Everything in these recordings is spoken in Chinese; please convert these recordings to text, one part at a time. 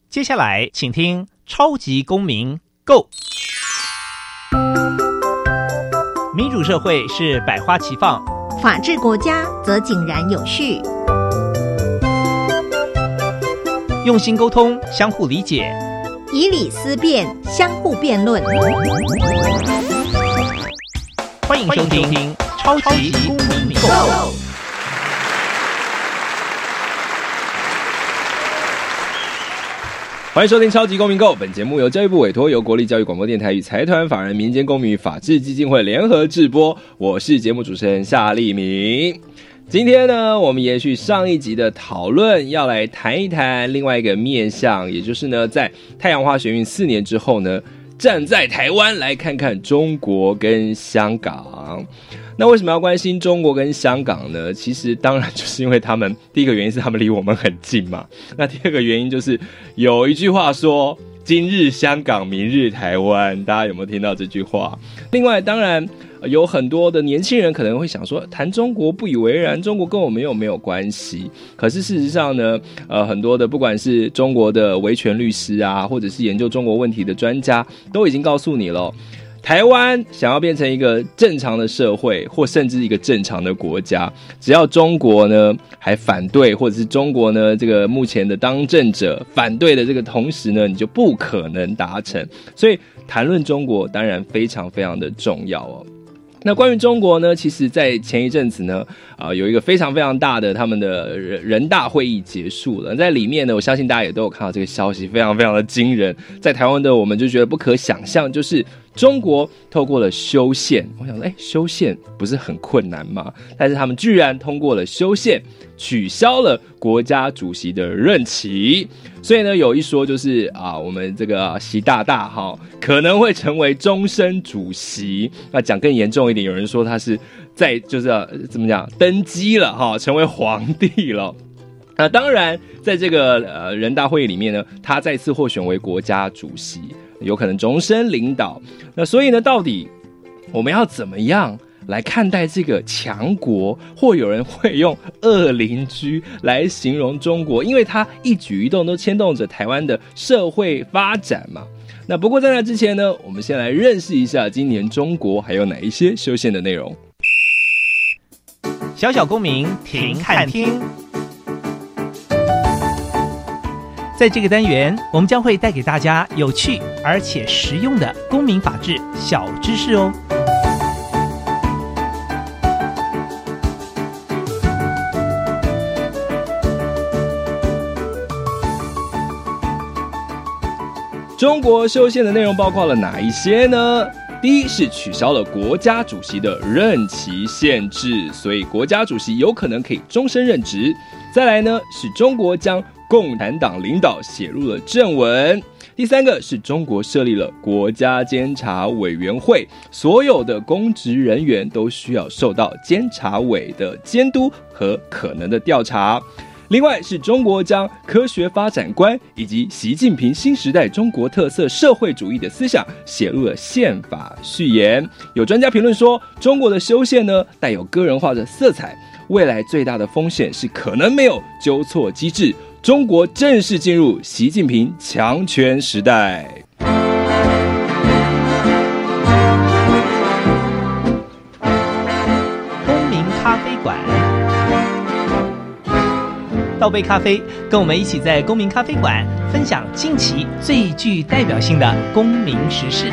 接下来请听超级公民 Go。 民主社会是百花齐放， 法治国家则井然有序。 用心沟通，相互理解， 以理思辨，相互辩论。 欢迎收听超级公民 Go。 欢迎收听超级公民 Go， 本节目由教育部委托，由国立教育广播电台与财团法人民间公民与法治基金会联合制播。我是节目主持人夏立明。今天呢，我们延续上一集的讨论，要来谈一谈另外一个面向，也就是呢，在太阳花学运4年之后呢，站在台湾来看看中国跟香港。那为什么要关心中国跟香港呢？其实当然就是因为他们，第一个原因是他们离我们很近嘛。那第二个原因就是有一句话说今日香港明日台湾，大家有没有听到这句话？另外当然有很多的年轻人可能会想说，谈中国不以为然，中国跟我们又没有关系。可是事实上呢，很多的不管是中国的维权律师啊，或者是研究中国问题的专家，都已经告诉你了，台湾想要变成一个正常的社会，或甚至一个正常的国家，只要中国呢还反对，或者是中国呢这个目前的当政者反对的这个同时呢，你就不可能达成。所以谈论中国当然非常非常的重要哦。那关于中国呢，其实在前一阵子呢，有一个非常非常大的他们的人大会议结束了，在里面呢，我相信大家也都有看到这个消息，非常非常的惊人。在台湾的我们就觉得不可想象，就是中国透过了修宪，我想说，修宪不是很困难吗？但是他们居然通过了修宪，取消了国家主席的任期。所以呢，有一说就是我们这个习大大可能会成为终身主席。那讲更严重一点，有人说他是在就是怎么讲登基了成为皇帝了。那当然，在这个人大会议里面呢，他再次获选为国家主席，有可能终身领导。那所以呢，到底我们要怎么样来看待这个强国，或有人会用恶邻居来形容中国，因为它一举一动都牵动着台湾的社会发展嘛。那不过在那之前呢，我们先来认识一下今年中国还有哪一些修宪的内容。 小小公民停看听。在这个单元，我们将会带给大家有趣而且实用的公民法治小知识哦。 中国修宪的内容包括了哪一些呢？第一是取消了国家主席的任期限制，所以国家主席有可能可以终身任职。再来呢，是中国将共产党领导写入了正文。第三个是中国设立了国家监察委员会，所有的公职人员都需要受到监察委的监督和可能的调查。另外是中国将科学发展观以及习近平新时代中国特色社会主义的思想写入了宪法序言。有专家评论说，中国的修宪呢带有个人化的色彩，未来最大的风险是可能没有纠错机制，中国正式进入习近平强权时代。 公民咖啡馆，倒杯咖啡，跟我们一起在公民咖啡馆分享近期最具代表性的公民时事。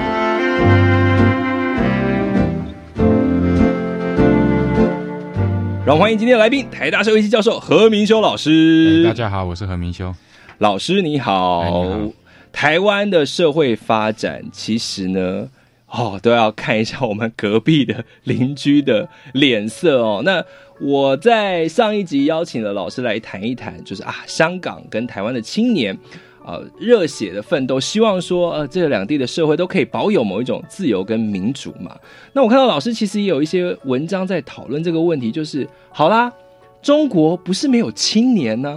让我们欢迎今天的来宾，台大社会系教授何明修老师。 大家好，我是何明修老师，你好。台湾的社会发展其实呢都要看一下我们隔壁的邻居的脸色哦。那我在上一集邀请了老师来谈一谈，就是香港跟台湾的青年热血的奋斗，希望说这两地的社会都可以保有某一种自由跟民主嘛。那我看到老师其实也有一些文章在讨论这个问题，就是好啦，中国不是没有青年呢，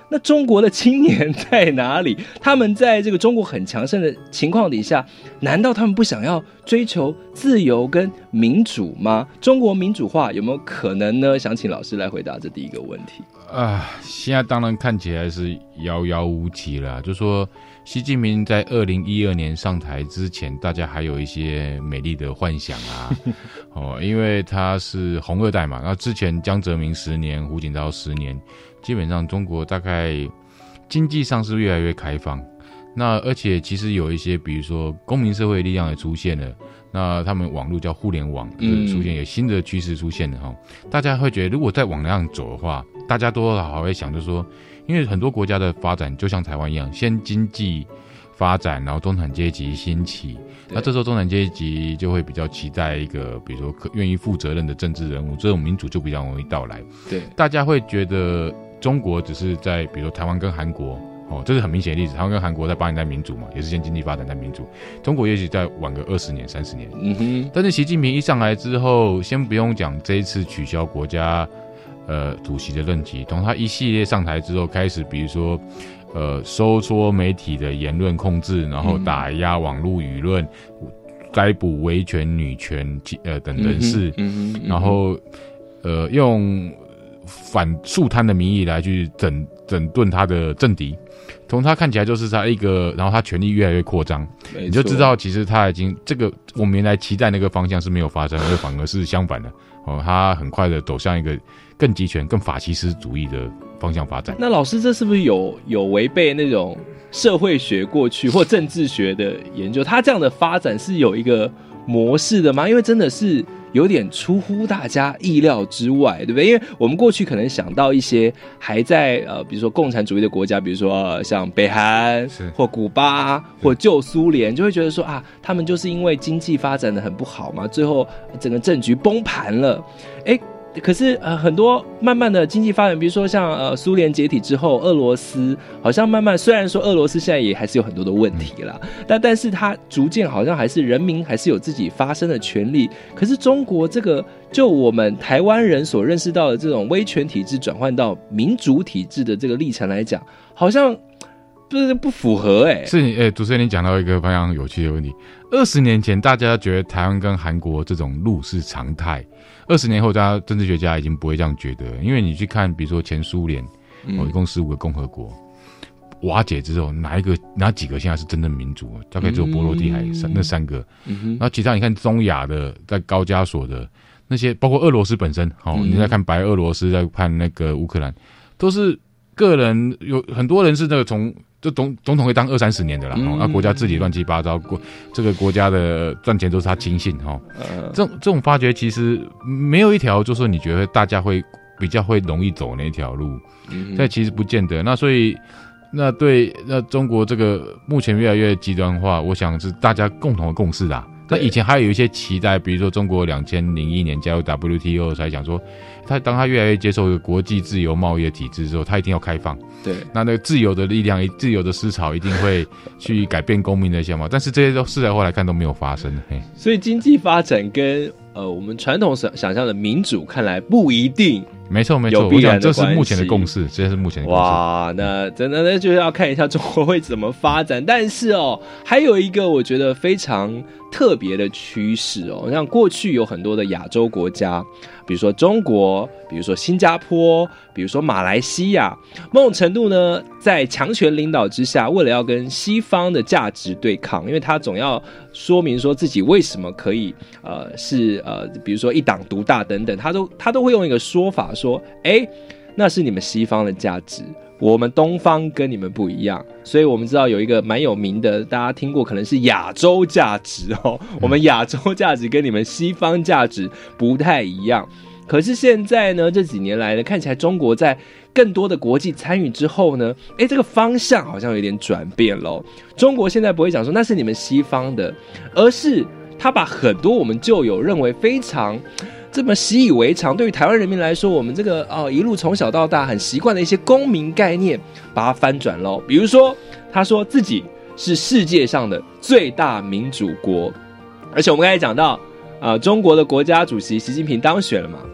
那中国的青年在哪里？他们在这个中国很强盛的情况底下，难道他们不想要追求自由跟民主吗？中国民主化有没有可能呢？想请老师来回答这第一个问题。 现在当然看起来是遥遥无期了。就说习近平在2012年上台之前，大家还有一些美丽的幻想啊，因为他是红二代嘛，然后之前江泽民10年，胡锦涛10年。基本上中国大概经济上是越来越开放，那而且其实有一些比如说公民社会力量也出现了，那他们网络叫互联网出现，有新的趋势出现了大家会觉得如果再往那样走的话，大家多少好会想就是说，因为很多国家的发展就像台湾一样，先经济发展，然后中产阶级兴起，那这时候中产阶级就会比较期待一个比如说愿意负责任的政治人物，这种民主就比较容易到来。对，大家会觉得中国只是在比如说台湾跟韩国这是很明显的例子，台湾跟韩国在8年代民主嘛，也是先经济发展再民主，中国也许再晚个20年30年。但是习近平一上来之后，先不用讲这一次取消国家主席的任期，从他一系列上台之后开始，比如说收缩媒体的言论控制，然后打压网络舆论，逮捕维权女权等人士，然后用反肃贪的名义来去整顿他的政敌。从他看起来就是他一个，然后他权力越来越扩张，你就知道其实他已经这个我们原来期待那个方向是没有发生，而反而是相反的他很快的走向一个更集权、更法西斯主义的方向发展。 那老师这是不是有违背那种社会学过去或政治学的研究？他这样的发展是有一个模式的吗？因为真的是有点出乎大家意料之外，对不对？因为我们过去可能想到一些还在比如说共产主义的国家，比如说像北韩或古巴或旧苏联，就会觉得说他们就是因为经济发展的很不好嘛，最后整个政局崩盘了。可是很多慢慢的经济发展，比如说像苏联解体之后，俄罗斯好像慢慢，虽然说俄罗斯现在也还是有很多的问题啦，但是它逐渐好像还是人民还是有自己发声的权利。可是中国这个，就我们台湾人所认识到的这种威权体制转换到民主体制的这个历程来讲，好像不符合是主持人你讲到一个非常有趣的问题。20年前大家觉得台湾跟韩国这种路是常态，20年后大家政治学家已经不会这样觉得，因为你去看比如说前苏联一共15个共和国瓦解之后，哪几个现在是真正民主？大概只有波罗的海那3个，然后其他你看中亚的在高加索的那些，包括俄罗斯本身你在看白俄罗斯，在看那个乌克兰，都是个人，有很多人是那个总统会当20-30年的啦，国家治理乱七八糟，这个国家的赚钱都是他亲信这种发掘其实没有一条就是说你觉得大家会比较会容易走那条路，但其实不见得。那所以那中国这个目前越来越极端化，我想是大家共同的共识啦。那以前还有一些期待，比如说中国2001年加入 WTO 才讲说，当他越来越接受一个国际自由贸易的体制之后，他一定要开放。对，那个自由的力量、自由的思潮一定会去改变公民的想法，但是这些都事来后来看都没有发生。 所以经济发展跟我们传统想象的民主看来不一定。 没错，我想这是目前的共识， 哇，那真的就是要看一下中国会怎么发展。但是还有一个我觉得非常特别的趋势像过去有很多的亚洲国家，比如说中国，比如说新加坡，比如说马来西亚，某种程度呢，在强权领导之下，为了要跟西方的价值对抗，因为他总要说明说自己为什么可以比如说一党独大等等，他都会用一个说法说，那是你们西方的价值，我们东方跟你们不一样。所以我们知道有一个蛮有名的，大家听过，可能是亚洲价值我们亚洲价值跟你们西方价值不太一样。可是现在呢，这几年来呢，看起来中国在更多的国际参与之后呢，这个方向好像有点转变咯。中国现在不会讲说那是你们西方的，而是他把很多我们旧有认为非常这么习以为常，对于台湾人民来说，我们这个一路从小到大很习惯的一些公民概念，把它翻转咯。比如说，他说自己是世界上的最大民主国，而且我们刚才讲到中国的国家主席习近平当选了嘛，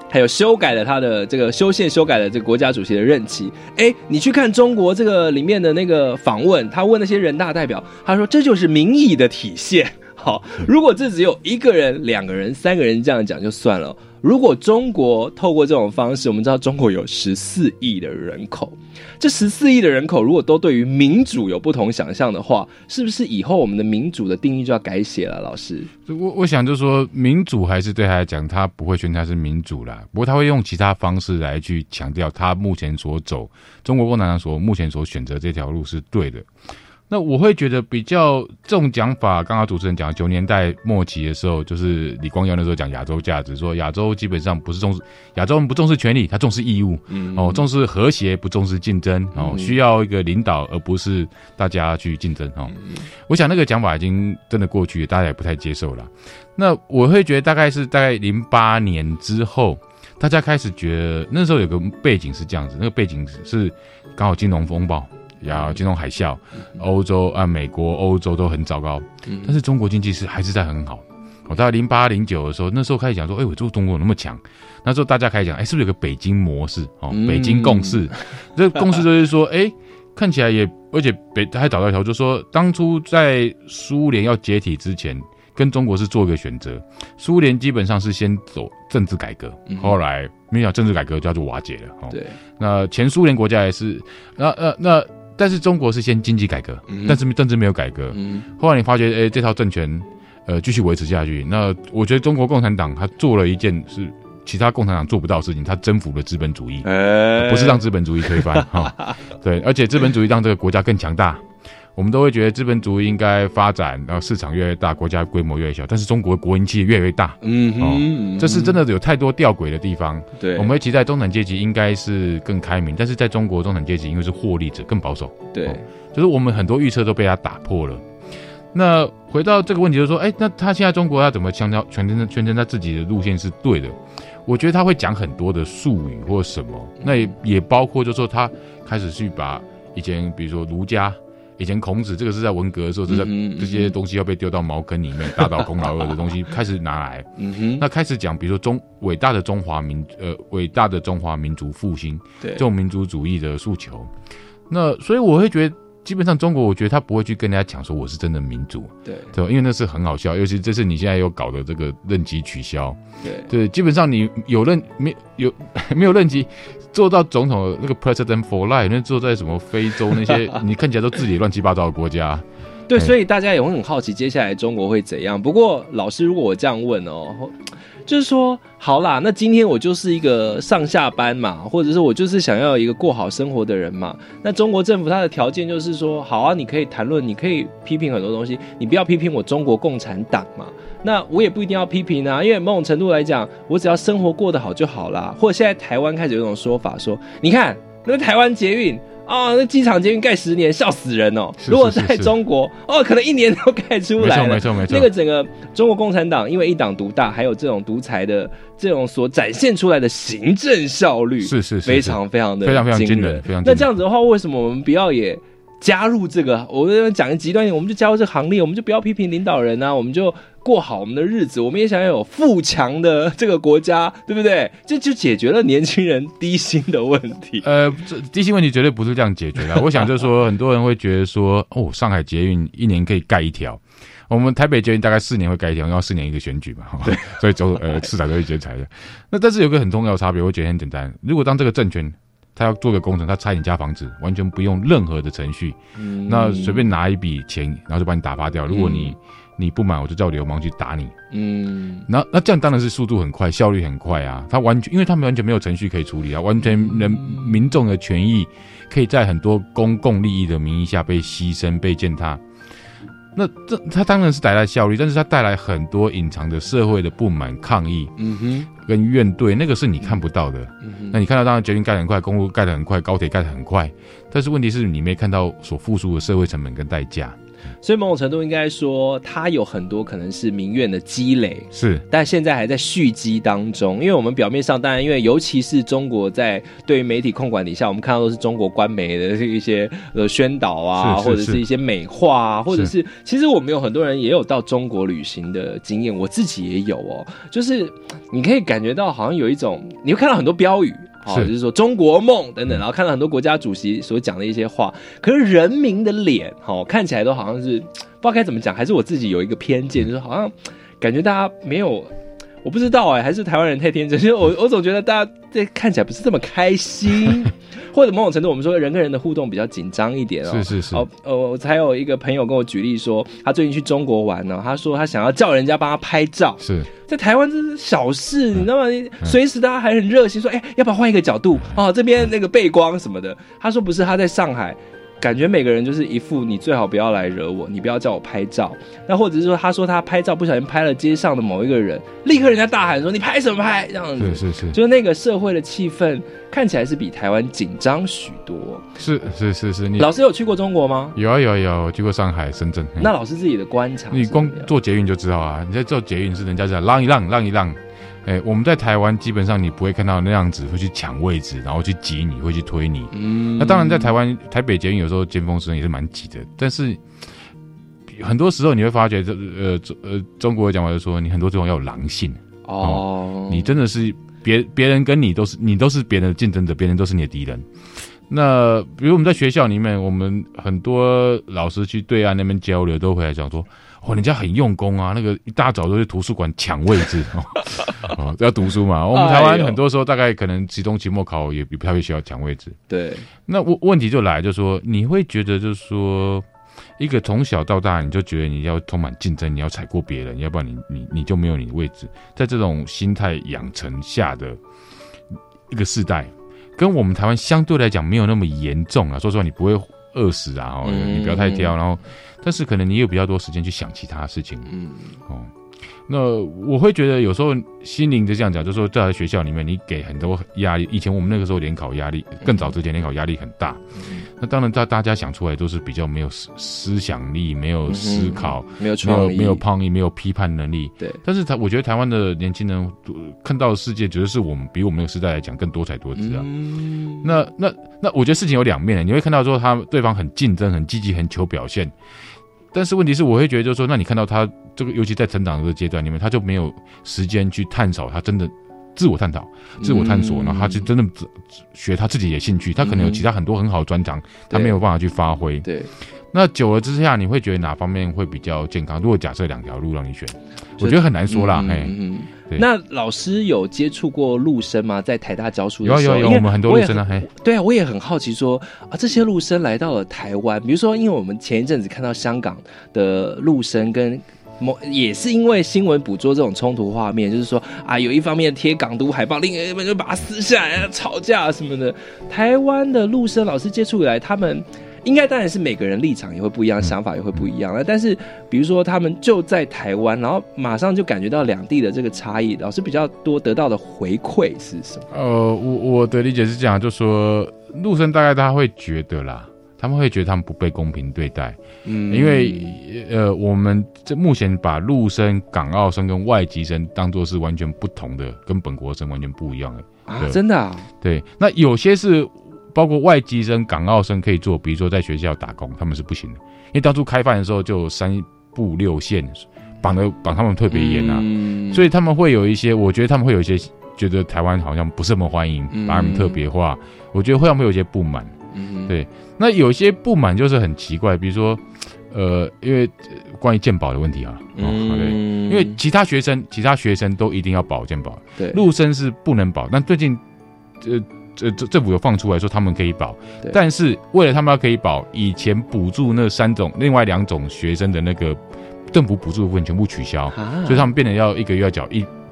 还有修改了他的这个修宪，修改了这个国家主席的任期。你去看中国这个里面的那个访问，他问那些人大代表，他说这就是民意的体现。好，如果这只有1个人、2个人、3个人这样讲就算了，如果中国透过这种方式，我们知道中国有14亿的人口，这14亿的人口如果都对于民主有不同想象的话，是不是以后我们的民主的定义就要改写了？老师， 我想就是说，民主还是对他来讲，他不会宣称他是民主啦，不过他会用其他方式来去强调他目前所走中国共产党目前所选择这条路是对的。那我会觉得比较这种讲法，刚刚主持人讲90年代末期的时候，就是李光耀那时候讲亚洲价值，说亚洲基本上不是重视，亚洲人不重视权利，他重视义务，重视和谐，不重视竞争，需要一个领导，而不是大家去竞争。我想那个讲法已经真的过去了，大家也不太接受了。那我会觉得大概08年之后，大家开始觉得那时候有个背景是这样子，那个背景是刚好金融风暴。金融海啸，欧洲美国、欧洲都很糟糕，但是中国经济还是在很好。大概08、09的时候，那时候开始讲说，我做中国有那么强，那时候大家开始讲，是不是有个北京模式？北京共识，这个共识就是说，看起来而且他还找到一条，就是说，当初在苏联要解体之前，跟中国是做一个选择，苏联基本上是先走政治改革，后来没想到政治改革就要做瓦解了。 对， 那前苏联国家也是，但是中国是先经济改革，但是政治没有改革。后来你发觉，这套政权继续维持下去。那我觉得中国共产党他做了一件是其他共产党做不到的事情，他征服了资本主义，不是让资本主义推翻。对，而且资本主义让这个国家更强大。我们都会觉得资本主义应该发展，然后市场越来越大，国家规模越来越小，但是中国国营企业越来越大，这是真的有太多吊诡的地方。 对， 我们会期待中产阶级应该是更开明，但是在中国中产阶级因为是获利者，更保守。 对， 就是我们很多预测都被他打破了。那回到这个问题，就是说，那他现在中国要怎么宣称他自己的路线是对的？我觉得他会讲很多的术语或什么，那也包括就是说他开始去把以前比如说儒家。以前孔子这个是在文革的时候，这些东西要被丢到茅坑里面，大到孔老二的东西开始拿来，那开始讲，比如说伟大的中华民族复兴，对这种民族主义的诉求。那所以我会觉得，基本上中国，我觉得他不会去跟人家讲说我是真的民主，对，因为那是很好笑，尤其这次你现在又搞的这个任期取消，对，基本上你没有任期。做到总统那个 President for Life， 那坐在什么非洲那些，你看起来都治理乱七八糟的国家。 对，所以大家也会很好奇，接下来中国会怎样。不过老师，如果我这样问就是说，好啦，那今天我就是一个上下班嘛，或者是我就是想要一个过好生活的人嘛。那中国政府它的条件就是说，好啊，你可以谈论，你可以批评很多东西，你不要批评我中国共产党嘛。那我也不一定要批评啊，因为某种程度来讲，我只要生活过得好就好啦。或者现在台湾开始有一种说法说，你看那个台湾捷运。那机场捷运盖10年，笑死人哦！如果在中国，可能1年都盖出来了。没错。那个整个中国共产党，因为一党独大，还有这种独裁的这种所展现出来的行政效率，是非常非常的惊人。那这样子的话，为什么我们不要也加入这个？我讲个极端一点，我们就加入这个行列，我们就不要批评领导人啊，我们就过好我们的日子。我们也想要有富强的这个国家，对不对？这就解决了年轻人低薪的问题。 低薪问题绝对不是这样解决的。我想就是说，很多人会觉得说，上海捷运1年可以盖1条。我们台北捷运大概4年会盖1条，要4年一个选举嘛，对，所以就市长就会决裁的。那但是有个很重要的差别，我觉得很简单。如果当这个政权他要做个工程，他拆你家房子，完全不用任何的程序，那随便拿一笔钱，然后就把你打发掉。如果你不满，我就叫流氓去打你。那这样当然是速度很快，效率很快啊。他完全，因为他们完全没有程序可以处理啊，完全民众的权益可以在很多公共利益的名义下被牺牲、被践踏。那它当然是带来效率，但是它带来很多隐藏的社会的不满、抗议，跟怨怼，那个是你看不到的。那你看到当然捷运盖得很快，公路盖得很快，高铁盖得很快，但是问题是你没看到所付出的社会成本跟代价。 所以某种程度应该说，它有很多可能是民怨的积累， 是， 但现在还在蓄积当中。因为我们表面上当然，因为尤其是中国在对于媒体控管底下，我们看到都是中国官媒的一些宣导啊，或者是一些美化啊，或者是其实我们有很多人也有到中国旅行的经验，我自己也有哦，就是你可以感觉到好像有一种，你会看到很多标语。就是说中国梦等等，然后看到很多国家主席所讲的一些话，可是人民的脸看起来都好像是不知道该怎么讲，还是我自己有一个偏见，就是好像感觉大家没有，我不知道还是台湾人太天真，就是我总觉得大家看起来不是这么开心，或者某种程度我们说人跟人的互动比较紧张一点是我才有一个朋友跟我举例说，他最近去中国玩呢，他说他想要叫人家帮他拍照， 是在台湾这是小事，你知道吗？随时大家还很热心说，要不要换一个角度这边那个背光什么的。他说不是，他在上海。感觉每个人就是一副你最好不要来惹我，你不要叫我拍照。那或者是说，他说他拍照不小心拍了街上的某一个人，立刻人家大喊说你拍什么拍，这样子。 是， 就是那个社会的气氛看起来是比台湾紧张许多。 是，你老师有去过中国吗？ 有去过上海、深圳。 那老师自己的观察， 你光坐捷运就知道啊。你在坐捷运是人家在让一让。我们在台湾基本上你不会看到那样子会去抢位置，然后去挤你，会去推你。那当然在台北捷运有时候尖峰时段也是蛮挤的，但是很多时候你会发觉，中国讲话就说你很多地方要有狼性你真的是别人跟你都是别人的竞争者，别人都是你的敌人。那比如我们在学校里面，我们很多老师去对岸那边交流，都回来讲说，人家很用功啊，那个一大早都去图书馆抢位置要读书嘛。我们台湾很多时候大概可能期中期末考也不太会需要抢位置。 对， 那问题就来，就是说你会觉得就是说，一个从小到大你就觉得你要充满竞争，你要踩过别人，要不然你就没有你的位置。在这种心态养成下的一个世代。跟我们台湾相对来讲没有那么严重啊，说实话你不会饿死啊，你不要太挑，然后但是可能你有比较多时间去想其他事情。那我会觉得有时候心灵就这样讲，就是说在学校里面你给很多压力，以前我们那个时候联考压力，更早之前联考压力很大，那当然大家想出来都是比较没有思想力，没有思考，没有创意，没有创意，没有批判能力。 对， 但是我觉得台湾的年轻人看到的世界，觉得是比我们那个时代来讲更多彩多姿啊。那我觉得事情有两面，你会看到说对方很竞争、很积极、很求表现。但是问题是，我会觉得就是说，那你看到他这个，尤其在成长这个阶段里面，他就没有时间去探索他真的自我探讨、自我探索，然后他就真的学他自己的兴趣，他可能有其他很多很好的专长，他没有办法去发挥。 对， 那久了之下，你会觉得哪方面会比较健康？如果假设两条路让你选，我觉得很难说啦。 那老师有接触过陆生吗？在台大教书的时候， 有我们很多陆生啊。 对啊，我也很好奇说这些陆生来到了台湾，比如说，因为我们前一阵子看到香港的陆生跟也是因为新闻捕捉这种冲突画面，就是说有一方面贴港独海报，另一方面就把它撕下来吵架什么的。台湾的陆生老师接触以来，他们应该当然是每个人立场也会不一样，想法也会不一样。但是比如说他们就在台湾，然后马上就感觉到两地的这个差异，老师比较多得到的回馈是什么？ 我的理解是这样，就说陆生大概他会觉得啦，他们会觉得他们不被公平对待。因为我们目前把陆生、港澳生跟外籍生当作是完全不同的，跟本国生完全不一样的真的啊？ 对，那有些是包括外籍生、港澳生可以做，比如说在学校打工，他们是不行的，因为当初开放的时候就有3部6线绑他们特别严啊，所以他们会有一些，我觉得他们会有一些觉得台湾好像不是那么欢迎，把他们特别化，我觉得会有一些不满。对，那有些不满就是很奇怪，比如说因为关于健保的问题啊，对，因为其他学生都一定要保健保，对，陆生是不能保，但最近政府有放出来说他们可以保，但是为了他们要可以保，以前补助那另外2种学生的那个政府补助的部分全部取消，所以他们变成要1个月要缴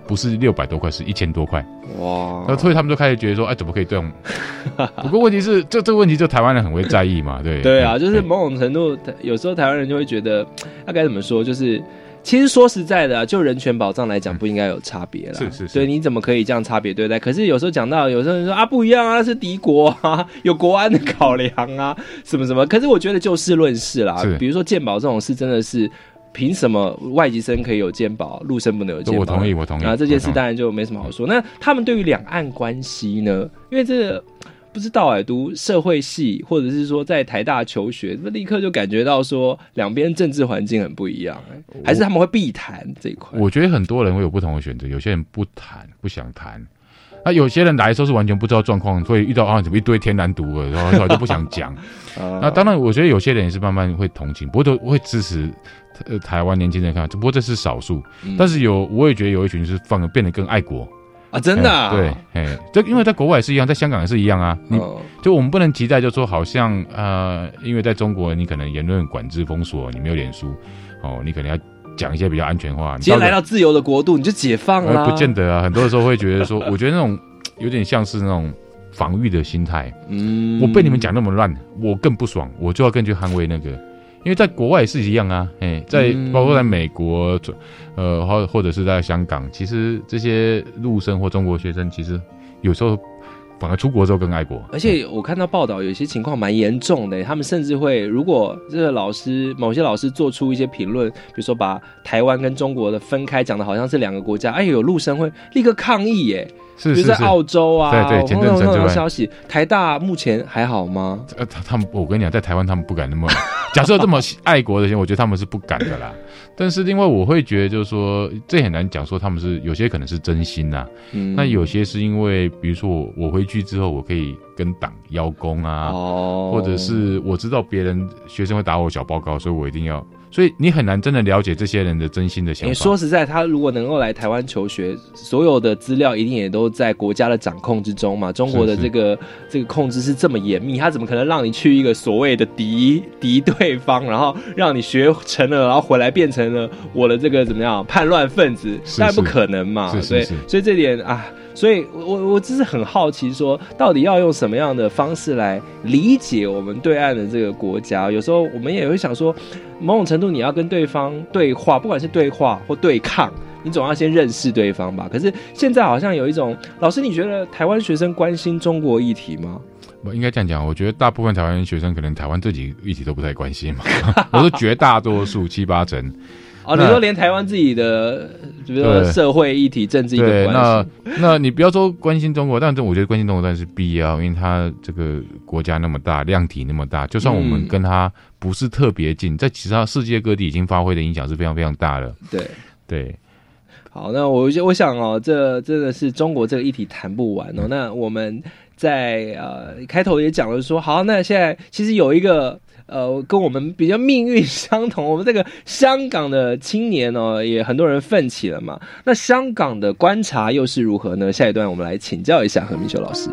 不是600多块，是1000多块。 哇！ 所以他们就开始觉得说，哎，怎么可以这样？不过问题是，这个问题就台湾人很会在意嘛，对。 对啊，就是某种程度，有时候台湾人就会觉得，那该怎么说？就是其实说实在的就人权保障来讲，不应该有差别啦。 是。 对，你怎么可以这样差别对待？可是有时候讲到，有时候人说啊，不一样啊，那是敌国啊，有国安的考量啊，什么什么。可是我觉得就事论事啦，比如说健保这种事，真的是。凭什么外籍生可以有健保，陆生不能有健保？ 我同意。 啊，这件事当然就没什么好说。那他们对于两岸关系呢？因为这个不知道读社会系或者是说在台大求学，立刻就感觉到说两边政治环境很不一样，还是他们会避谈这一块？ 我觉得很多人会有不同的选择，有些人不谈，不想谈。那有些人来的时候是完全不知道状况，所以遇到怎么一堆天然毒了，然后就不想讲。那当然，我觉得有些人也是慢慢会同情，不过都会支持台湾年轻人看，只不过这是少数。但是我也觉得有一群是变得更爱国啊，真的啊。 对，这因为在国外也是一样，在香港也是一样啊。就我们不能期待，就说好像因为在中国你可能言论管制封锁，你没有脸书你可能要讲一些比较安全话。 今天来到自由的国度，你就解放了。 不见得啊，很多的时候会觉得说，我觉得那种有点像是那种防御的心态。我被你们讲那么烂，我更不爽，我就要更去捍卫那个。因为在国外也是一样啊，包括在美国，或者是在香港，其实这些陆生或中国学生，其实有时候反而出国之后更爱国。 而且我看到报道，有些情况蛮严重的，他们甚至会，如果这个某些老师做出一些评论，比如说把台湾跟中国的分开，讲的好像是两个国家，有陆生会立刻抗议耶。 是比如在澳洲啊， 对，前阵子有消息，台大目前还好吗？ 他们，我跟你讲，在台湾他们不敢那么，假设这么爱国的人，我觉得他们是不敢的啦。但是另外我会觉得，就是说，这很难讲说他们是有些可能是真心呐，那有些是因为，比如说我回去之后，我可以跟党邀功啊，或者是我知道别人学生会打我小报告，所以我一定要。所以你很难真的了解这些人的真心的想法。 说实在，他如果能够来台湾求学，所有的资料一定也都在国家的掌控之中嘛。中国的这个控制是这么严密，他怎么可能让你去一个所谓的敌对方，然后让你学成了，然后回来变成了我的这个怎么样叛乱分子？当然不可能嘛。所以这点啊。所以我只是很好奇说到底要用什么样的方式来理解我们对岸的这个国家。有时候我们也会想说，某种程度你要跟对方对话，不管是对话或对抗，你总要先认识对方吧。可是现在好像有一种，老师你觉得台湾学生关心中国议题吗？ 我应该这样讲，我觉得大部分台湾学生可能台湾这几个议题都不太关心嘛。我说绝大多数7、8成。 你说连台湾自己的，比如说社会议题、政治议题的关系， 那你不要说关心中国，但我觉得关心中国当然是必要，因为它这个国家那么大，量体那么大，就算我们跟它不是特别近，在其他世界各地已经发挥的影响是非常非常大了。对。 好，那我想这真的是中国这个议题谈不完哦。那我们在开头也讲了说，好，那现在其实有一个。跟我们比较命运相同，我们这个香港的青年也很多人奋起了嘛。那香港的观察又是如何呢？下一段我们来请教一下何明修老师。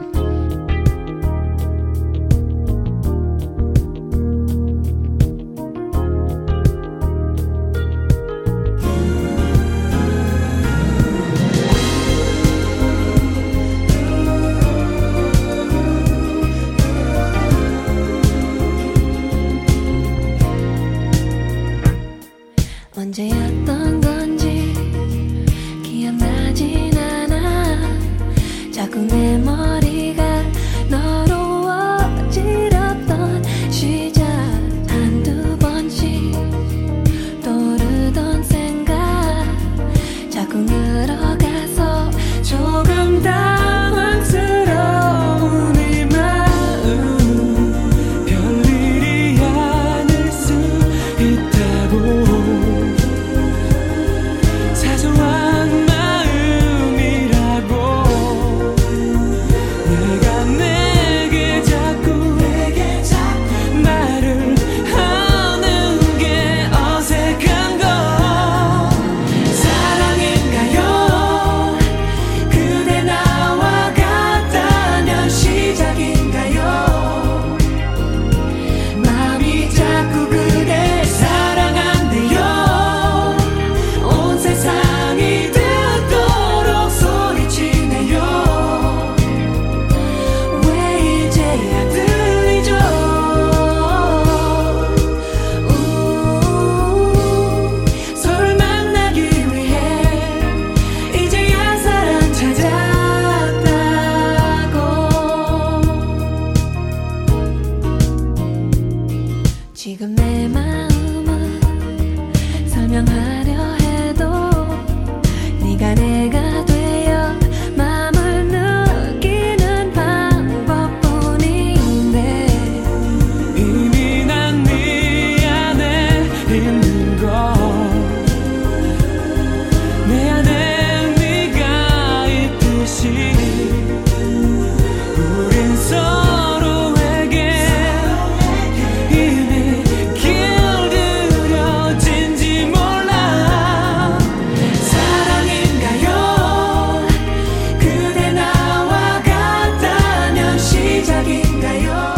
내 마음을 설명하려 해도 네가 내가 되어 마음을 느끼는 방법뿐인데 이미 난 네 안에 있는 걸 내 안에 네가 있듯이 우린 서로에게 이미 길들여진지 몰라 사랑인가요 그대 나와 같다면 시작인가요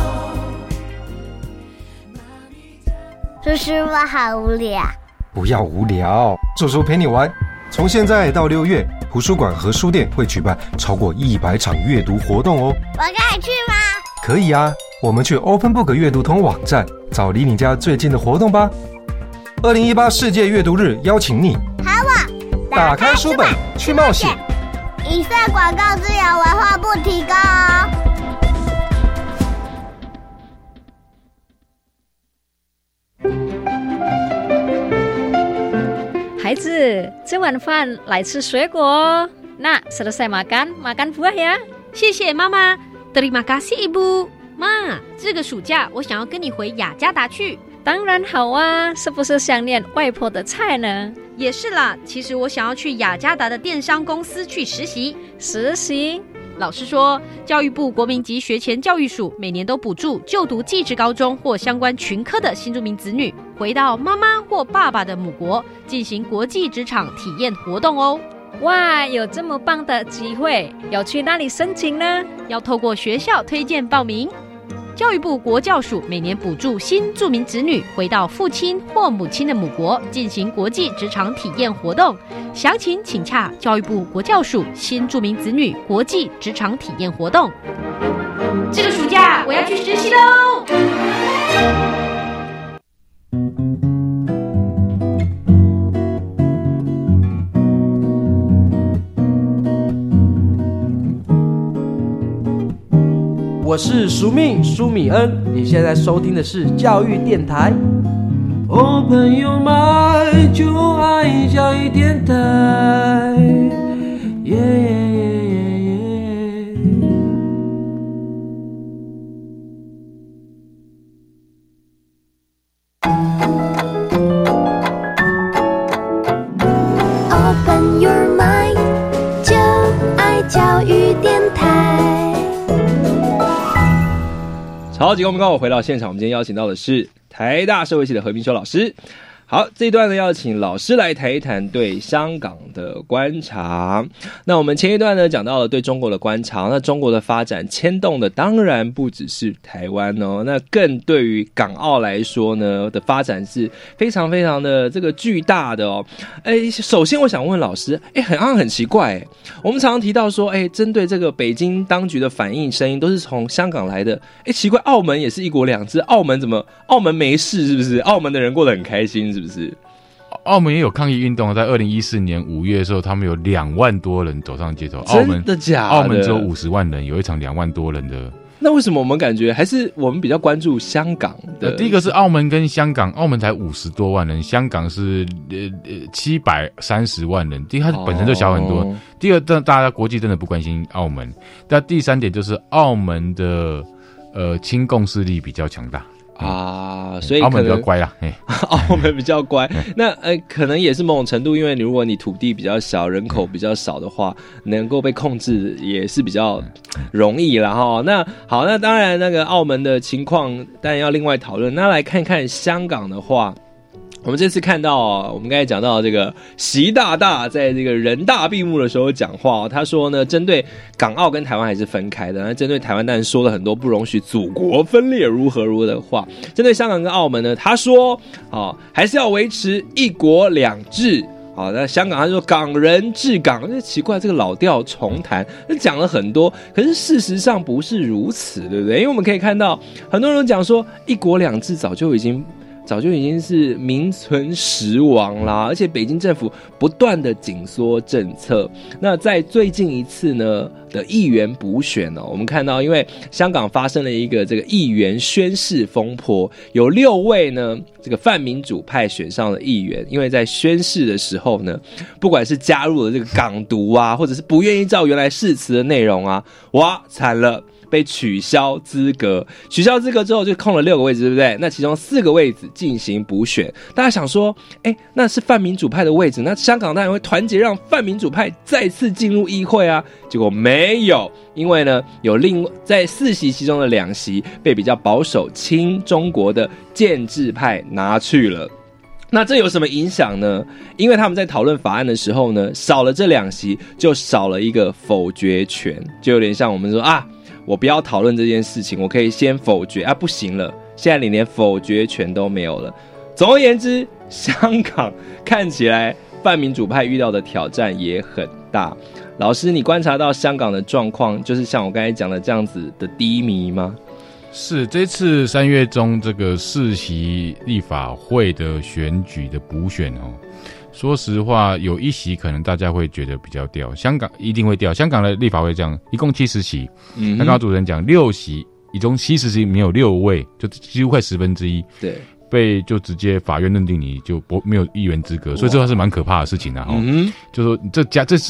叔叔，我好无聊。 不要无聊，叔叔陪你玩。从现在到6月，图书馆和书店会举办超过100场阅读活动哦。 我可以去吗？ 可以啊，我们去 OpenBook 阅读通网站找离你家最近的活动吧。2018世界阅读日邀请你， 好啊， 打开书本去冒险。 以上广告自由文化部提供哦。 孩子，吃晚饭来吃水果哦。那selesai makan buah ya。 谢谢妈妈。Terima kasih ibu。妈，这个暑假我想要跟你回雅加达去。 当然好啊，是不是想念外婆的菜呢？ 也是啦，其实我想要去雅加达的电商公司去实习。 实习？ 老师说，教育部国民及学前教育署每年都补助就读技职高中或相关群科的新住民子女，回到妈妈或爸爸的母国进行国际职场体验活动哦。 哇，有这么棒的机会，要去哪里申请呢？ 要透过学校推荐报名。教育部国教署每年补助新住民子女回到父亲或母亲的母国进行国际职场体验活动，详情请洽教育部国教署新住民子女国际职场体验活动。这个暑假我要去实习喽！ 我是苏米恩，你现在收听的是教育电台。Open your mind， 就爱教育电台。 Open your mind， 就爱教育电台。 超级公民刚我回到现场，我们今天邀请到的是台大社会系的何明修老师。好，这一段呢，要请老师来谈一谈对香港的观察。那我们前一段呢，讲到了对中国的观察，那中国的发展牵动的当然不只是台湾哦，那更对于港澳来说呢的发展是非常非常的这个巨大的哦。首先我想问老师，很奇怪，我们常常提到说，针对这个北京当局的反应声音都是从香港来的，奇怪，澳门也是一国两制，澳门没事是不是？澳门的人过得很开心是不是？ 澳门也有抗议运动，在2014年5月的时候，他们有2万多人走上街头。 真的假的？ 澳门只有50万人，有一场2万多人的。 那为什么我们感觉还是我们比较关注香港的？ 第一个是澳门跟香港，澳门才50多万人，香港是730万人，第一它本身就小很多。第二，大家国际真的不关心澳门。那第三点就是澳门的亲共势力比较强大。 所以澳门比较乖啦， 澳门比较乖。那可能也是某种程度，因为如果你土地比较小，人口比较少的话，能够被控制也是比较容易啦齁。那好，那当然那个澳门的情况当然要另外讨论。那来看看香港的话。我们这次看到我们刚才讲到这个习大大在这个人大闭幕的时候讲话他说呢，针对港澳跟台湾还是分开的，那针对台湾当然说了很多不容许祖国分裂如何的话。针对香港跟澳门呢，他说还是要维持一国两制。那香港他说港人治港，奇怪，这个老调重弹，讲了很多，可是事实上不是如此，对不对？因为我们可以看到很多人讲说一国两制早就已经早就已经是名存实亡啦，而且北京政府不断的紧缩政策。那在最近一次呢的议员补选我们看到因为香港发生了一个这个议员宣誓风波，有6位呢这个泛民主派选上的议员，因为在宣誓的时候呢，不管是加入了这个港独啊，或者是不愿意照原来誓词的内容啊，哇，惨了，被取消资格。取消资格之后就空了6个位置，对不对？那其中4个位置进行补选。大家想说那是泛民主派的位置，那香港当然会团结让泛民主派再次进入议会啊。结果没有，因为呢有在4席其中的2席被比较保守亲中国的建制派拿去了。那这有什么影响呢？因为他们在讨论法案的时候呢，少了这2席，就少了一个否决权，就有点像我们说我不要讨论这件事情，我可以先否决不行了，现在你连否决权都没有了。总而言之，香港看起来泛民主派遇到的挑战也很大。老师，你观察到香港的状况就是像我刚才讲的这样子的低迷吗？ 是，这次3月中这个4席立法会的选举的补选说实话，有1席可能大家会觉得比较掉，香港一定会掉。香港的立法会这样，一共70席，那刚刚主持人讲6席，其中70席没有6位，就几乎快1/10，对，被就直接法院认定你就没有议员资格，所以这是蛮可怕的事情的就说这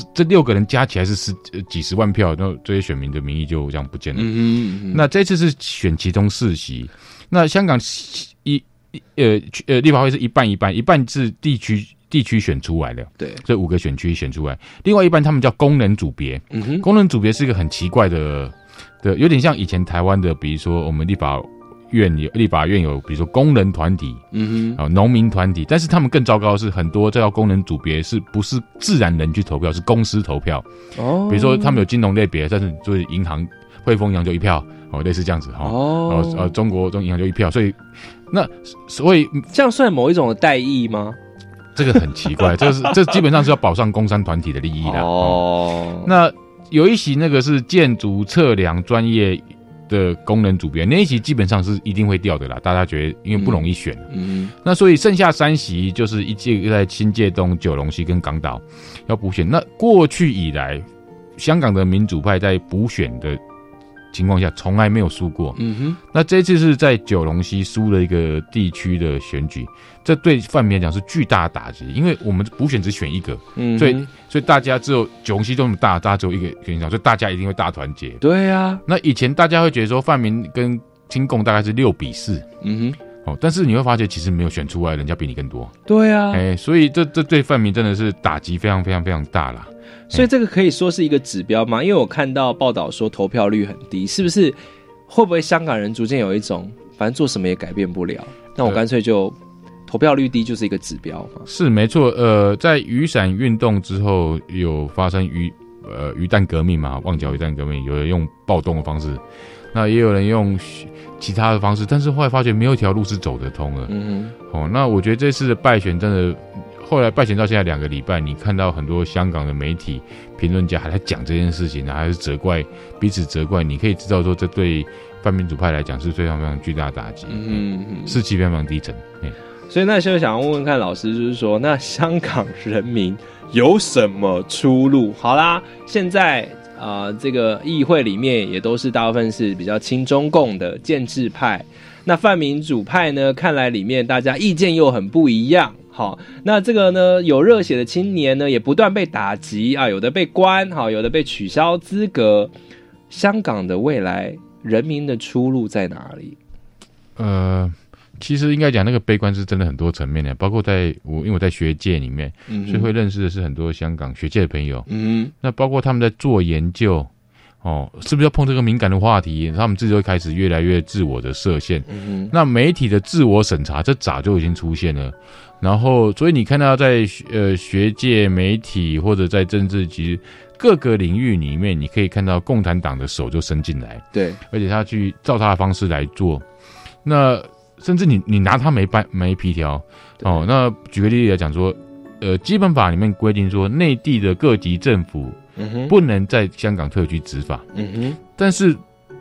6个人加起来是几十万票，那这些选民的民意就这样不见了。那这次是选其中4席，那香港立法会是一半一半，一半是地区选出来的，对，这5个选区选出来，另外一半他们叫功能组别。功能组别是一个很奇怪的，有点像以前台湾的，比如说我们立法院有，比如说工人团体，农民团体，但是他们更糟糕的是，很多这叫功能组别是不是自然人去投票，是公司投票。比如说他们有金融类别，但是就是银行，汇丰银行就1票，类似这样子中国银行就1票，所以这样算某一种的代议吗？ 这个很奇怪，这基本上是要保障工商团体的利益啦。那有1席那个是建筑测量专业的功能组别，那1席基本上是一定会掉的啦，大家觉得因为不容易选。那所以剩下3席就是一届在新界东、九龙西跟港岛要补选。那过去以来，香港的民主派在补选的情况下从来没有输过。那这次是在九龙西输了一个地区的选举，这对泛民来讲是巨大的打击，因为我们补选只选1个，所以大家只有九龙西这么大，大家只有1个选项，所以大家一定会大团结。对啊，那以前大家会觉得说泛民跟亲共大概是6-4，但是你会发现其实没有选出来，人家比你更多。对啊，所以这对泛民真的是打击非常非常非常大啦。 所以这个可以说是一个指标吗？因为我看到报道说投票率很低，是不是会不会香港人逐渐有一种反正做什么也改变不了，那我干脆就投票率低就是一个指标嘛？是没错， 在雨伞运动之后有发生鱼蛋革命嘛，旺角鱼蛋革命，有人用暴动的方式，那也有人用其他的方式，但是后来发觉没有一条路是走得通的。那我觉得这次的败选真的。后来败选到现在2个礼拜，你看到很多香港的媒体评论家还在讲这件事情，还是彼此责怪，你可以知道说这对泛民主派来讲是非常非常巨大的打击，士气非常非常低沉。 所以那现在想要问问看老师，就是说那香港人民有什么出路？好啦，现在这个议会里面也都是大部分是比较亲中共的建制派，那泛民主派呢，看来里面大家意见又很不一样。好，那这个呢，有热血的青年呢，也不断被打击有的被关，有的被取消资格。香港的未来，人民的出路在哪里？ 其实应该讲那个悲观是真的很多层面的，包括因为我在学界里面，所以会认识的是很多香港学界的朋友。那包括他们在做研究。是不是要碰这个敏感的话题？他们自己会开始越来越自我的设限。那媒体的自我审查，这早就已经出现了。然后，所以你看到在学界、媒体或者在政治局各个领域里面，你可以看到共产党的手就伸进来。对，而且他去照他的方式来做。那甚至你拿他没皮条。那举个例子来讲说，基本法里面规定说，内地的各级政府不能在香港特区执法。但是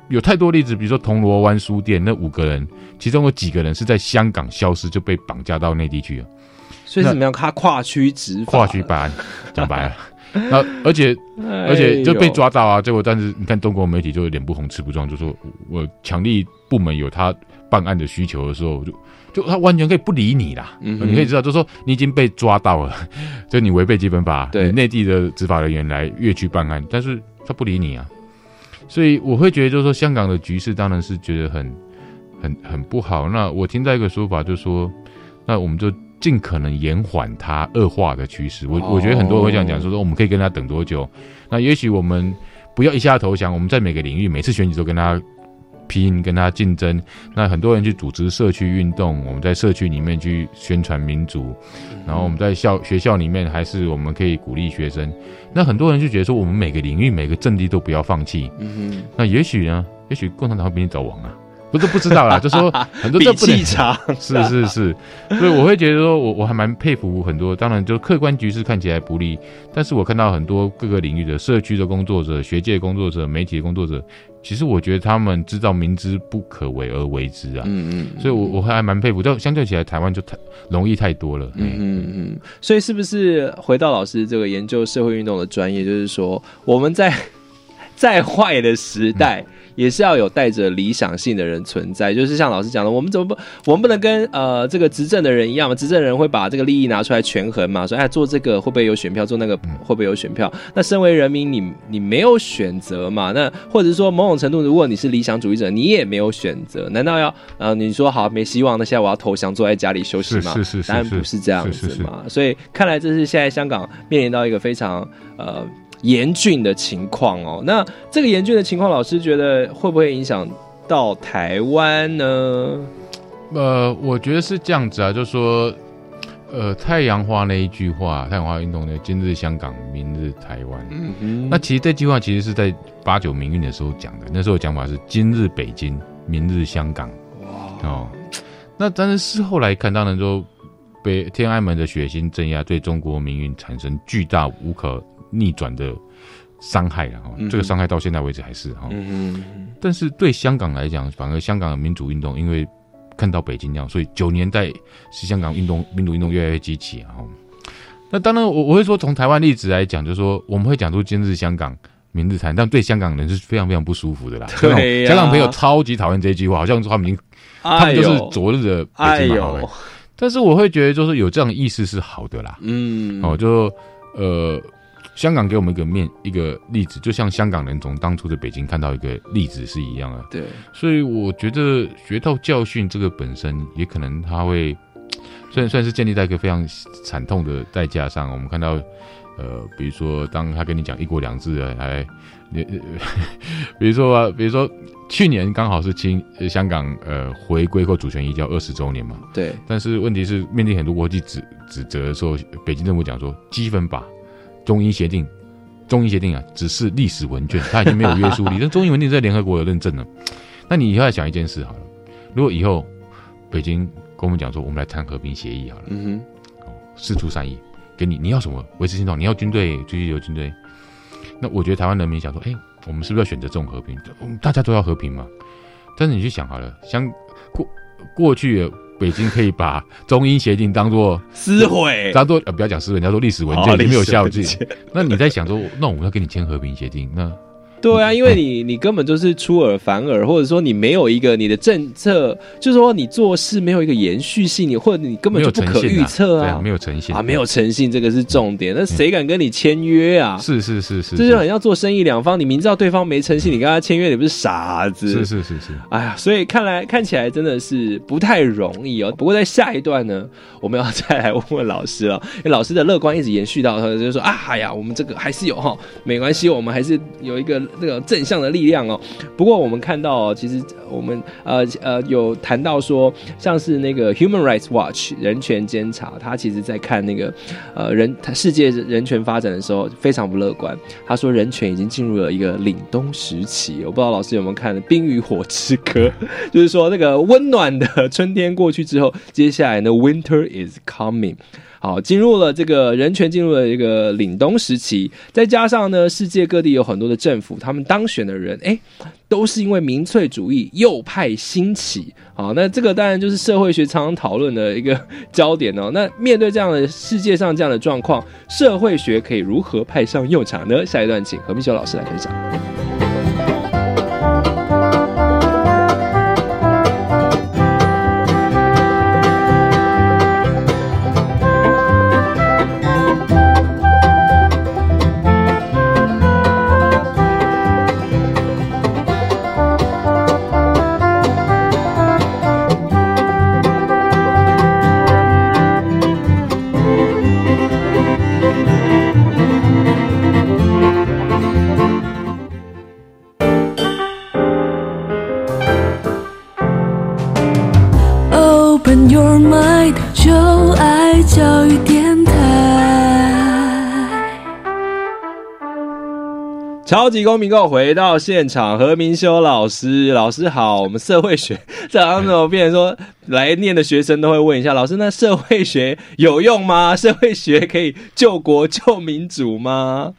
有太多例子，比如说铜锣湾书店那5个人，其中有几个人是在香港消失，就被绑架到内地去了。 所以怎么样？他跨区执法， 跨区办案，讲白了。那而且就被抓到啊！结果但是你看中国媒体就脸不红吃不壮，就说我强力部门有他办案的需求的时候，就他完全可以不理你啦。你可以知道，就是说你已经被抓到了，就你违背基本法，你内地的执法人员来越区办案，但是他不理你啊。所以我会觉得，就是说香港的局势当然是觉得很不好。那我听到一个说法，就是说，那我们就尽可能延缓它恶化的趋势。我觉得很多人会这样讲，说我们可以跟他等多久？那也许我们不要一下投降，我们在每个领域、每次选举都跟他拼、跟他竞争。那很多人去组织社区运动，我们在社区里面去宣传民主，然后我们在学校里面还是我们可以鼓励学生。那很多人就觉得说，我们每个领域、每个阵地都不要放弃。那也许呢？也许共产党会比你早亡啊。不知道啦，就说很多这不能是，所以我会觉得说我还蛮佩服很多，当然就客观局势看起来不利，但是我看到很多各个领域的社区的工作者、学界的工作者、媒体的工作者，其实我觉得他们知道明知不可为而为之啊，所以我还蛮佩服，但相对起来台湾就容易太多了， 所以是不是回到老师这个研究社会运动的专业，就是说我们在坏的时代。也是要有带着理想性的人存在，就是像老师讲的，我们不能跟这个执政的人一样嘛？执政人会把这个利益拿出来权衡嘛，说做这个会不会有选票，做那个会不会有选票？那身为人民，你没有选择嘛？那或者说某种程度，如果你是理想主义者，你也没有选择，难道要你说好没希望，那现在我要投降，坐在家里休息吗？是，当然不是这样子嘛。所以看来这是现在香港面临到一个非常严峻的情况哦。那这个严峻的情况，老师觉得会不会影响到台湾呢？ 我觉得是这样子啊，就是说，太阳花那一句话，太阳花运动的今日香港，明日台湾。那其实这句话其实是在8·9民运的时候讲的，那时候讲法是今日北京，明日香港。那但是事后来看，当然说天安门的血腥镇压对中国民运产生巨大无可逆转的伤害了，这个伤害到现在为止还是但是对香港来讲，反而香港的民主运动，因为看到北京这样，所以90年代是香港民主运动越来越激起。那当然我会说，从台湾例子来讲，就是说我们会讲出今日香港，明日台湾，但对香港人是非常非常不舒服的啦。香港朋友超级讨厌这一句话，好像他们就是昨日的北京嘛。但是我会觉得，就是有这样的意识是好的啦。就香港给我们一个例子，就像香港人从当初的北京看到一个例子是一样的。对，所以我觉得学到教训这个本身，也可能他会虽然是建立在一个非常惨痛的代价上。我们看到，比如说当他跟你讲一国两制比如说去年刚好是香港回归或主权移交20周年嘛。对。但是问题是面临很多国际指责的时候，北京政府讲说基本法。中英协定啊，只是历史文件，它已经没有约束力。但中英文件在联合国有认证了。那你以后来想一件事好了，如果以后北京跟我们讲说，我们来谈和平协议好了，释出善意，给你要什么维持现状？你要军队，继续有军队。那我觉得台湾人民想说，我们是不是要选择这种和平？大家都要和平嘛。但是你去想好了，像过去北京可以把中英协定当作撕毁，当作不要讲撕毁，叫做历史文件，里面有效记。那你在想说，那我们要跟你签和平协定，那对啊，因为你根本就是出尔反尔，或者说你没有一个你的政策，就是说你做事没有一个延续性，或者你根本就不可预测啊， 没有诚信啊， 没有诚信，这个是重点。那谁敢跟你签约啊？ 是， 这就很像做生意两方，你明知道对方没诚信，你跟他签约，你不是傻子？是。哎呀，所以看起来真的是不太容易哦。不过在下一段呢，我们要再来问问老师了，因为老师的乐观一直延续到，他就说我们这个还是有没关系，我们还是有一个那个正向的力量哦。不过我们看到，其实我们有谈到说，像是那个 Human Rights Watch 人权监察，他其实在看那个世界人权发展的时候非常不乐观。他说人权已经进入了一个凛冬时期。我不知道老师有没有看《冰与火之歌》，就是说那个温暖的春天过去之后，接下来呢 Winter is coming。好，进入了这个人权进入了一个凛冬时期，再加上呢，世界各地有很多的政府， 他们当选的人，都是因为民粹主义右派兴起。好，那这个当然就是社会学常常讨论的一个焦点哦。那面对这样的世界上这样的状况，社会学可以如何派上用场呢？下一段请何明修老师来分享。 Open your mind， 就爱教育电台。 超级公民购回到现场，何明修老师好。我们社会学这好像怎么变成说来念的学生都会问一下老师，那社会学有用吗？社会学可以救国救民主吗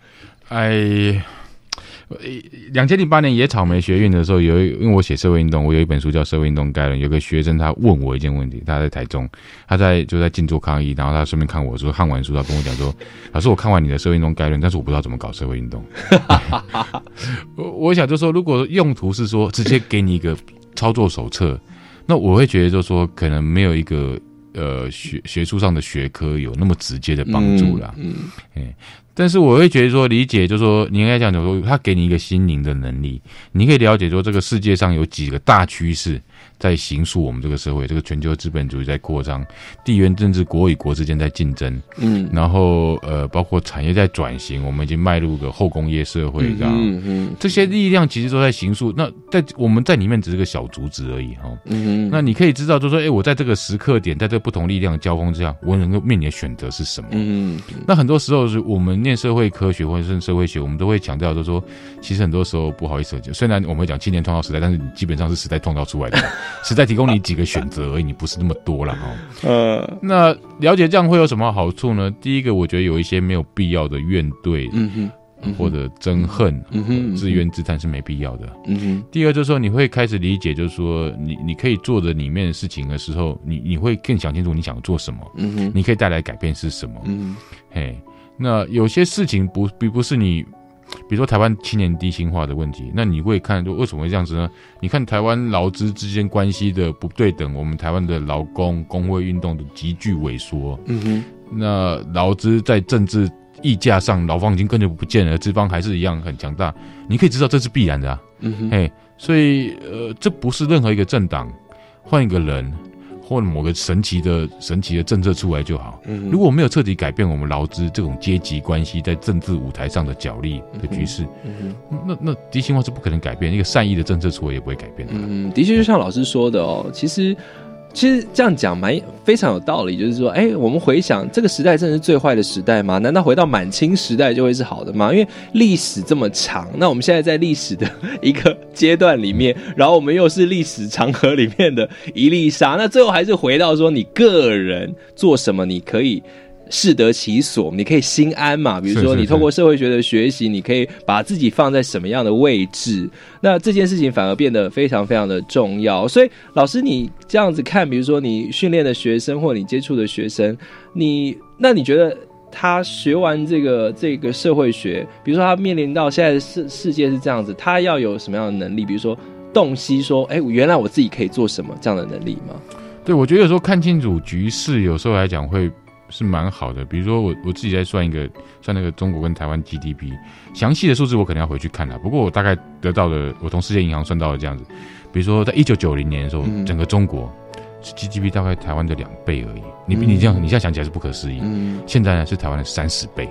？2008年野草莓学运的时候，因为我写社会运动，我有一本书叫《社会运动概论》。有个学生他问我一件问题，他在台中，就在静坐抗议，然后他顺便看我说看完书，他跟我讲说：“老师，我看完你的《社会运动概论》，但是我不知道怎么搞社会运动。”我想就说，如果用途是说直接给你一个操作手册，那我会觉得就说可能没有一个学术上的学科有那么直接的帮助啦。但是我会觉得说理解就是说你应该讲说他给你一个心灵的能力，你可以了解说这个世界上有几个大趋势在形塑我们这个社会，这个全球资本主义在扩张，地缘政治国与国之间在竞争，然后包括产业在转型，我们已经迈入个后工业社会，这些力量其实都在形塑。那我们在里面只是个小竹子而已那你可以知道就是说我在这个时刻点，在这不同力量交锋之下，我能够面临的选择是什么。那很多时候是我们念社会科学或者是社会学，我们都会强调就是说其实很多时候不好意思，虽然我们会讲青年创造时代，但是你基本上是时代创造出来的时代提供你几个选择而已，你不是那么多啦那了解这样会有什么好处呢？第一个，我觉得有一些没有必要的怨怼或者憎恨自怨自叹是没必要的第二就是说你会开始理解，就是说你可以做的里面的事情的时候，你会更想清楚你想做什么你可以带来改变是什么那有些事情不是你，比如说台湾青年低薪化的问题，那你会看为什么会这样子呢？你看台湾劳资之间关系的不对等，我们台湾的劳工工会运动的急剧萎缩那劳资在政治议价上，劳方已经根本不见了，资方还是一样很强大，你可以知道这是必然的所以这不是任何一个政党换一个人或者某个神奇的政策出来就好如果没有彻底改变我们劳资这种阶级关系在政治舞台上的角力的局势那低薪化是不可能改变，一个善意的政策出来也不会改变的的确就像老师说的其实这样讲非常有道理，就是说我们回想这个时代真的是最坏的时代吗？难道回到满清时代就会是好的吗？因为历史这么长，那我们现在在历史的一个阶段里面，然后我们又是历史长河里面的一粒沙，那最后还是回到说你个人做什么你可以适得其所，你可以心安嘛。比如说你透过社会学的学习，你可以把自己放在什么样的位置，那这件事情反而变得非常非常的重要。所以老师你这样子看，比如说你训练的学生或你接触的学生，那你觉得他学完这个社会学，比如说他面临到现在的世界是这样子，他要有什么样的能力？比如说洞悉说原来我自己可以做什么这样的能力吗？ 对，我觉得有时候看清楚局势有时候来讲会是蛮好的。比如说我自己在算那个中国跟台湾 GDP 详细的数字我可能要回去看不过我大概得到的，我从世界银行算到的这样子，比如说在1990年的时候整个中国 GDP 大概台湾的2倍而已，你这样你现在想起来是不可思议现在呢是台湾的30倍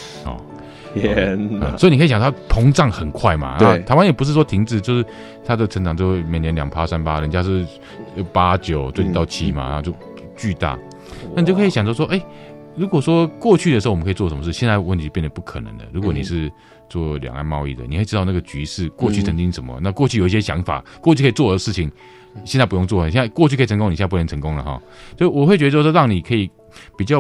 所以你可以讲它膨胀很快嘛台湾也不是说停滞，就是它的成长就每年 2%、3%， 人家是8、9最近到7嘛然后就巨大。那你就可以想着说如果说过去的时候我们可以做什么事，现在问题变得不可能了。如果你是做两岸贸易的，你会知道那个局势过去曾经什么那过去有一些想法，过去可以做的事情现在不用做了，现在过去可以成功，你现在不能成功了所以我会觉得就是让你可以比较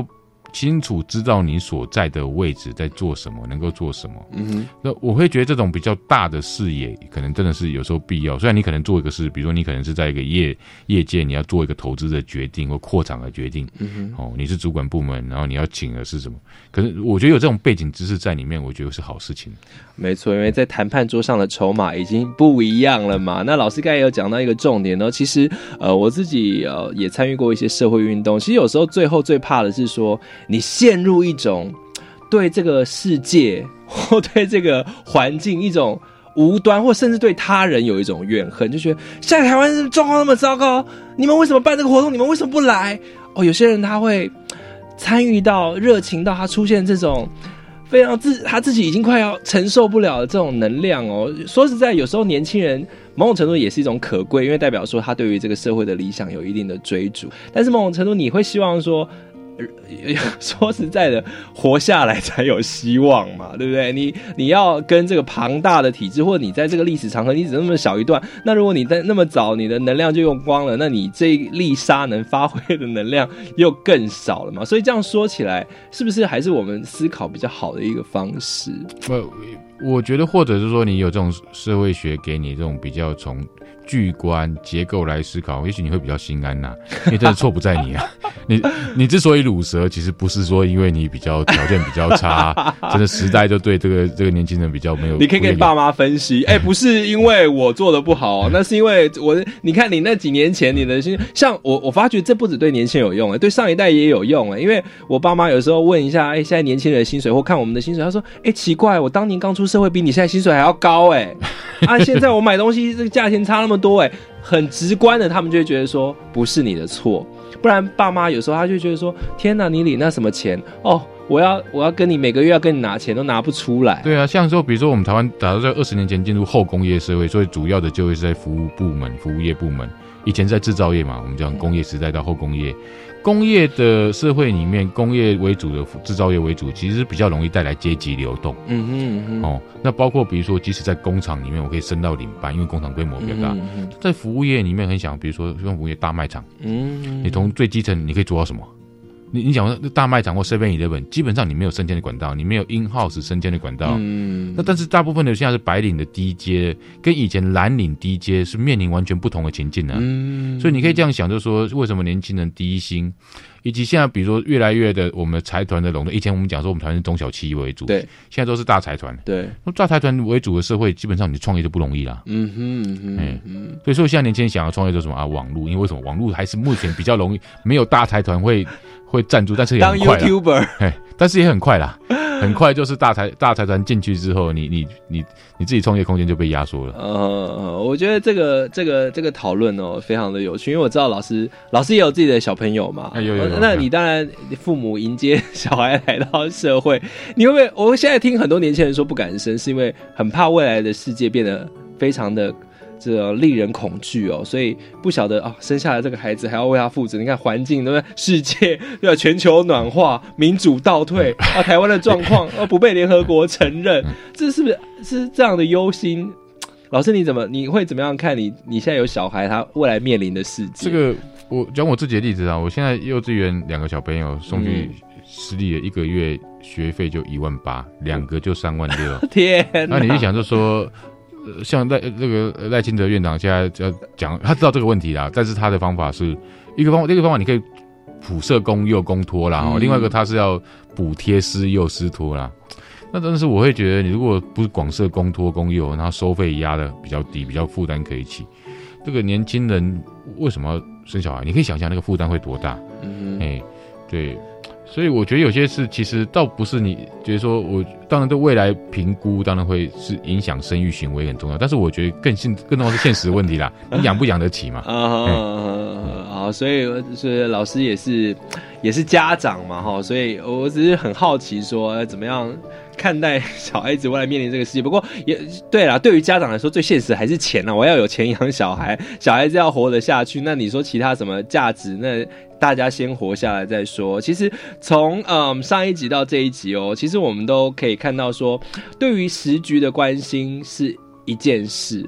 清楚知道你所在的位置在做什么，能够做什么。那我会觉得这种比较大的视野，可能真的是有时候必要。虽然你可能做一个事，比如说你可能是在一个业界，你要做一个投资的决定或扩厂的决定，你是主管部门，然后你要请的是什么？可是我觉得有这种背景知识在里面，我觉得是好事情。 没错，因为在谈判桌上的筹码已经不一样了嘛。那老师刚才也有讲到一个重点呢，其实我自己也参与过一些社会运动。其实有时候最后最怕的是说，你陷入一种对这个世界或对这个环境一种无端，或甚至对他人有一种怨恨，就觉得现在台湾状况那么糟糕，你们为什么办这个活动？你们为什么不来？有些人他会参与到热情到他出现这种非常他自己已经快要承受不了的这种能量哦。说实在，有时候年轻人某种程度也是一种可贵，因为代表说他对于这个社会的理想有一定的追逐。但是某种程度你会希望说，说实在的，活下来才有希望嘛，对不对？你要跟这个庞大的体制，或者你在这个历史长河你只那么小一段，那如果你在那么早你的能量就用光了，那你这一粒沙能发挥的能量又更少了嘛。所以这样说起来，是不是还是我们思考比较好的一个方式？ 我觉得或者是说你有这种社会学给你这种比较从巨观结构来思考，也许你会比较心安呐，因为真的错不在你啊。你之所以鲁蛇，其实不是说因为你比较条件比较差，真的时代就对这个年轻人比较没有。 你可以给爸妈分析，不是因为我做的不好，那是因为你看你那几年前你的像我发觉这不只对年轻人有用，对上一代也有用，因为我爸妈有时候问一下，现在年轻人的薪水或看我们的薪水，他说，奇怪，我当年刚出社会比你现在薪水还要高现在我买东西这个价钱差那么多很直观的，他们就会觉得说不是你的错。不然爸妈有时候他就觉得说，天哪，你领那什么钱我要跟你每个月要跟你拿钱都拿不出来。 对啊，像说比如说我们台湾打算在20年前进入后工业社会，所以主要的就业是在服务业部门。以前是在制造业嘛，我们讲工业时代到后工业。工业的社会里面，工业为主的制造业为主，其实是比较容易带来阶级流动。那包括比如说，即使在工厂里面，我可以升到领班，因为工厂规模比较大。在服务业里面，很想，比如说像服务业大卖场，你从最基层你可以做到什么？你讲大卖场或 7-Eleven， 基本上你没有升迁的管道，你没有 in-house 升迁的管道。那但是大部分的现在是白领的低阶，跟以前蓝领低阶是面临完全不同的情境啊。所以你可以这样想，就是说为什么年轻人低薪，以及现在比如说越来越的我们财团的垄断。以前我们讲说我们台湾是中小企业为主，对，现在都是大财团。对，那大财团为主的社会，基本上你创业就不容易啦。所以说现在年轻人想要创业做什么网络，因为为什么网络还是目前比较容易，没有大财团会赞助，但是也很快啦，当 YouTuber， 但是也很快啦，很快就是大财团进去之后，你自己创业空间就被压缩了。 我觉得这个讨论非常的有趣，因为我知道老师也有自己的小朋友嘛，有。那你当然父母迎接小孩来到社会，你会不会？我现在听很多年轻人说不敢生，是因为很怕未来的世界变得非常的这种令人恐惧所以不晓得生下来这个孩子还要为他负责。你看环境对不对？世界对吧？全球暖化，民主倒退台湾的状况不被联合国承认，这是不是这样的忧心？老师你会怎么样看你现在有小孩他未来面临的世界？这个我讲我自己的例子啊，我现在幼稚园2个小朋友送去私立的1个月学费就18000，2个就36000。天哪！那你就想就说。像赖清德院长现在要讲，他知道这个问题啦，但是他的方法是一个方法，你可以普设公幼公托啦，另外一个他是要补贴私幼私托啦。那但是我会觉得，你如果不是广设公托公幼，然后收费压的比较低，比较负担可以起，这个年轻人为什么要生小孩？你可以想象那个负担会多大？对。所以我觉得有些事其实倒不是你觉得说，我当然对未来评估当然会是影响生育行为很重要，但是我觉得更重要是现实的问题啦，你养不养得起嘛？ 好，所以老师也是家长嘛，所以我只是很好奇说怎么样看待小孩子未来面临这个世界。不过也对啦，对于家长来说最现实还是钱啦，我要有钱养小孩，小孩子要活得下去，那你说其他什么价值，那大家先活下来再说。其实从上一集到这一集其实我们都可以看到说，对于时局的关心是一件事，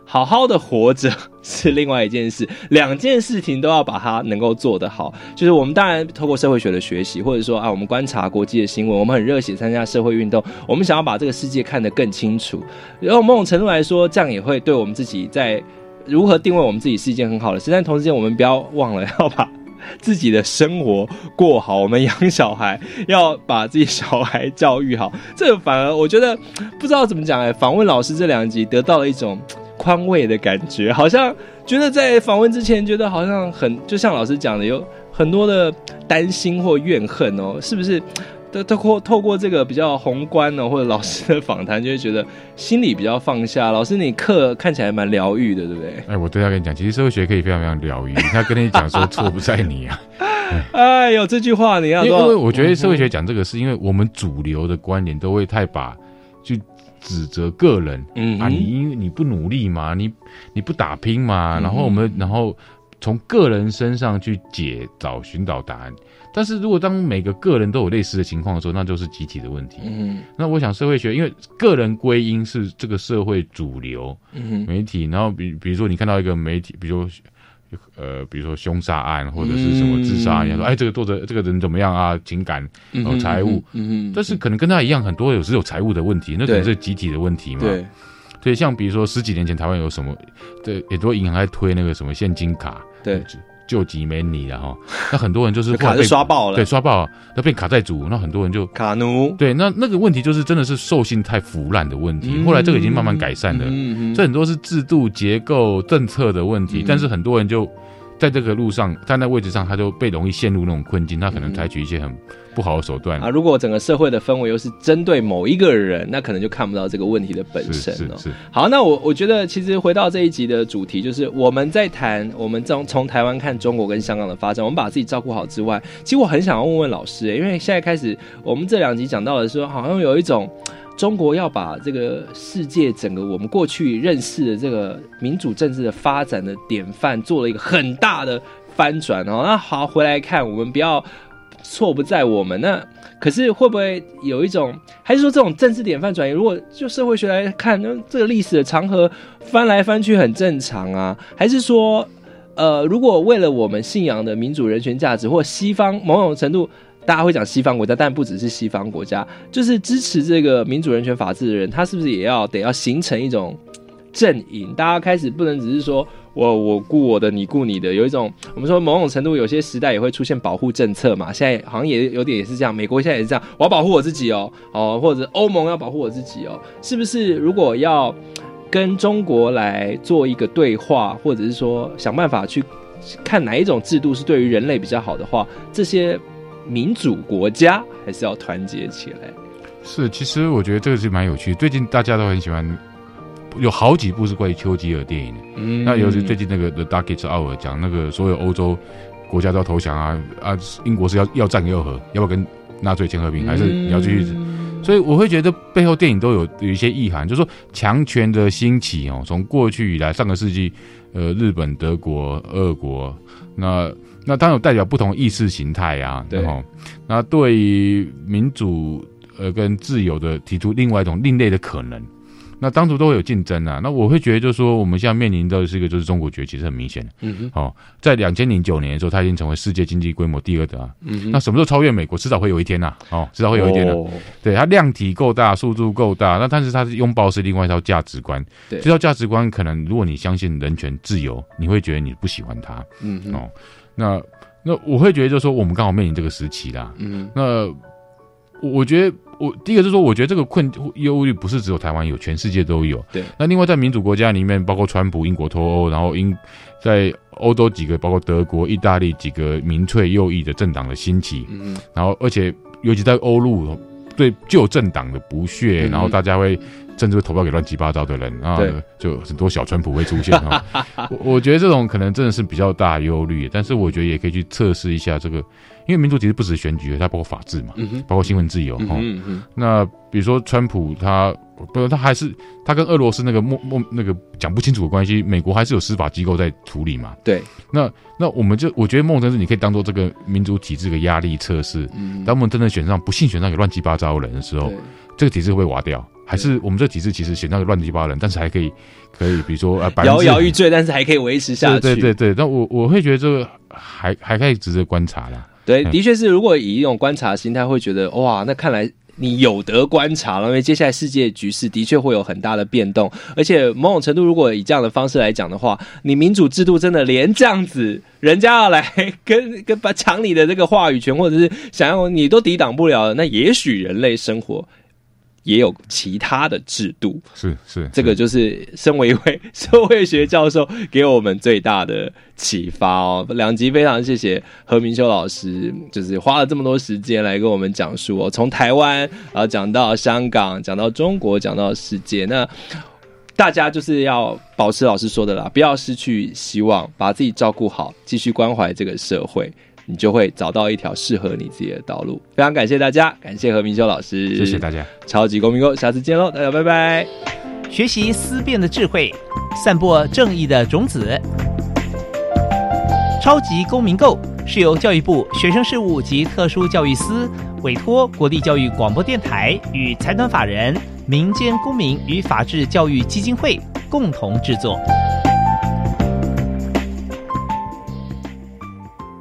好好的活着是另外一件事，两件事情都要把它能够做得好。就是我们当然透过社会学的学习，或者说我们观察国际的新闻，我们很热血参加社会运动，我们想要把这个世界看得更清楚。然后某种程度来说，这样也会对我们自己在如何定位我们自己是一件很好的事。但同时间，我们不要忘了要把自己的生活过好，我们养小孩要把自己小孩教育好。这个反而我觉得不知道怎么讲访问老师这2集得到了一种宽慰的感觉，好像觉得在访问之前觉得好像就像老师讲的有很多的担心或怨恨是不是透过这个比较宏观或者老师的访谈，就会觉得心里比较放下。老师，你课看起来蛮疗愈的，对不对？ 我对他跟你讲，其实社会学可以非常非常疗愈。他跟你讲说错不在你啊。 哎呦，这句话你要因为我觉得社会学讲这个是因为我们主流的观点都会太去指责个人你不努力嘛，你不打拼嘛，然后从个人身上去寻找答案。但是如果当每个个人都有类似的情况的时候，那就是集体的问题。那我想社会学因为个人归因是这个社会主流媒体，然后比如说你看到一个媒体，比如说凶杀案或者是什么自杀案，说这个作者这个人怎么样啊，情感财务，但是可能跟他一样，很多有财务的问题，那可能是集体的问题嘛。对，所以像比如说10几年前台湾有什么，很多银行在推那个什么现金卡，对。救急没你了哈，那很多人就是卡是刷爆了， 对，刷爆了，那变卡债主，那很多人就卡奴， 对，那个问题就是真的是授信太腐烂的问题，后来这个已经慢慢改善了，这很多是制度结构政策的问题，但是很多人就在这个路上，在那位置上，他就容易陷入那种困境，他可能采取一些很不好的手段如果整个社会的氛围又是针对某一个人，那可能就看不到这个问题的本身是好，那我觉得其实回到这一集的主题，就是我们在谈我们从台湾看中国跟香港的发展，我们把自己照顾好之外，其实我很想要问问老师因为现在开始我们这2集讲到的说，好像有一种中国要把这个世界整个我们过去认识的这个民主政治的发展的典范做了一个很大的翻转那好，回来看我们不要错不在我们，那可是会不会有一种，还是说这种政治典范转移，如果就社会学来看，那这个历史的长河翻来翻去很正常啊？还是说如果为了我们信仰的民主人权价值，或西方某种程度大家会讲西方国家，但不只是西方国家，就是支持这个民主人权法治的人，他是不是也得要形成一种阵营？大家开始不能只是说我顾我的，你顾你的，有一种我们说某种程度有些时代也会出现保护政策嘛，现在好像也有点也是这样，美国现在也是这样，我要保护我自己或者欧盟要保护我自己是不是如果要跟中国来做一个对话，或者是说想办法去看哪一种制度是对于人类比较好的话，这些民主国家还是要团结起来。 是，其实我觉得这个是蛮有趣的，最近大家都很喜欢，有好几部是关于丘吉尔电影的那尤其最近那个 The Darkest Hour 讲那个所有欧洲国家都要投降英国是要战要和，要不要跟纳粹签和平，还是你要继续所以我会觉得背后电影都有一些意涵，就是说强权的兴起从过去以来上个世纪日本、德国、俄国，那当然有代表不同意识形态对那对于民主跟自由的提出另外一种另类的可能，那当初都会有竞争那我会觉得就是说我们现在面临的是一个就是中国崛起是很明显的在2009年的时候，它已经成为世界经济规模第2的那什么时候超越美国，迟早会有一天迟早会有一天对，它量体够大，速度够大，那但是它是拥抱是另外一套价值观，这套价值观可能如果你相信人权自由，你会觉得你不喜欢它那我会觉得就是说我们刚好面临这个时期啦那我觉得第一个就是说，我觉得这个忧虑不是只有台湾有，全世界都有。对。那另外在民主国家里面，包括川普、英国脱欧，然后在欧洲几个，包括德国、意大利几个民粹右翼的政党的兴起，然后而且尤其在欧陆对旧政党的不屑，然后大家会甚至会投票给乱七八糟的人就很多小川普会出现我觉得这种可能真的是比较大的忧虑，但是我觉得也可以去测试一下这个。因为民主其实不止选举，它包括法治嘛，包括新闻自由那比如说川普他跟俄罗斯那个那个讲不清楚的关系，美国还是有司法机构在处理嘛。对，那我觉得孟真是你可以当做这个民主体制的压力测试。当我们真的不幸选上有乱七八糟的人的时候，这个体制会被瓦掉。 还是我们这体制其实选到乱七八糟，但是还可以比如说摇摇欲坠，但是还可以维持下去。 对，但我会觉得这个还可以值得观察啦。 对，的确是，如果以一种观察心态，会觉得哇，那看来你有得观察了，因为接下来世界局势的确会有很大的变动，而且某种程度，如果以这样的方式来讲的话，你民主制度真的连这样子，人家要来跟抢你的这个话语权，或者是想要你都抵挡不了的，那也许人类生活也有其他的制度， 是这个就是身为一位社会学教授给我们最大的启发哦。两集非常谢谢何明修老师，就是花了这么多时间来跟我们讲述哦，从台湾然后讲到香港，讲到中国，讲到世界。那大家就是要保持老师说的啦，不要失去希望，把自己照顾好，继续关怀这个社会，你就会找到一条适合你自己的道路。非常感谢大家，感谢何明修老师， 谢谢大家， 超级公民购，下次见喽，大家拜拜。 学习思辨的智慧，散播正义的种子。超级公民购是由教育部学生事务及特殊教育司委托国立教育广播电台与财团法人民间公民与法治教育基金会共同制作。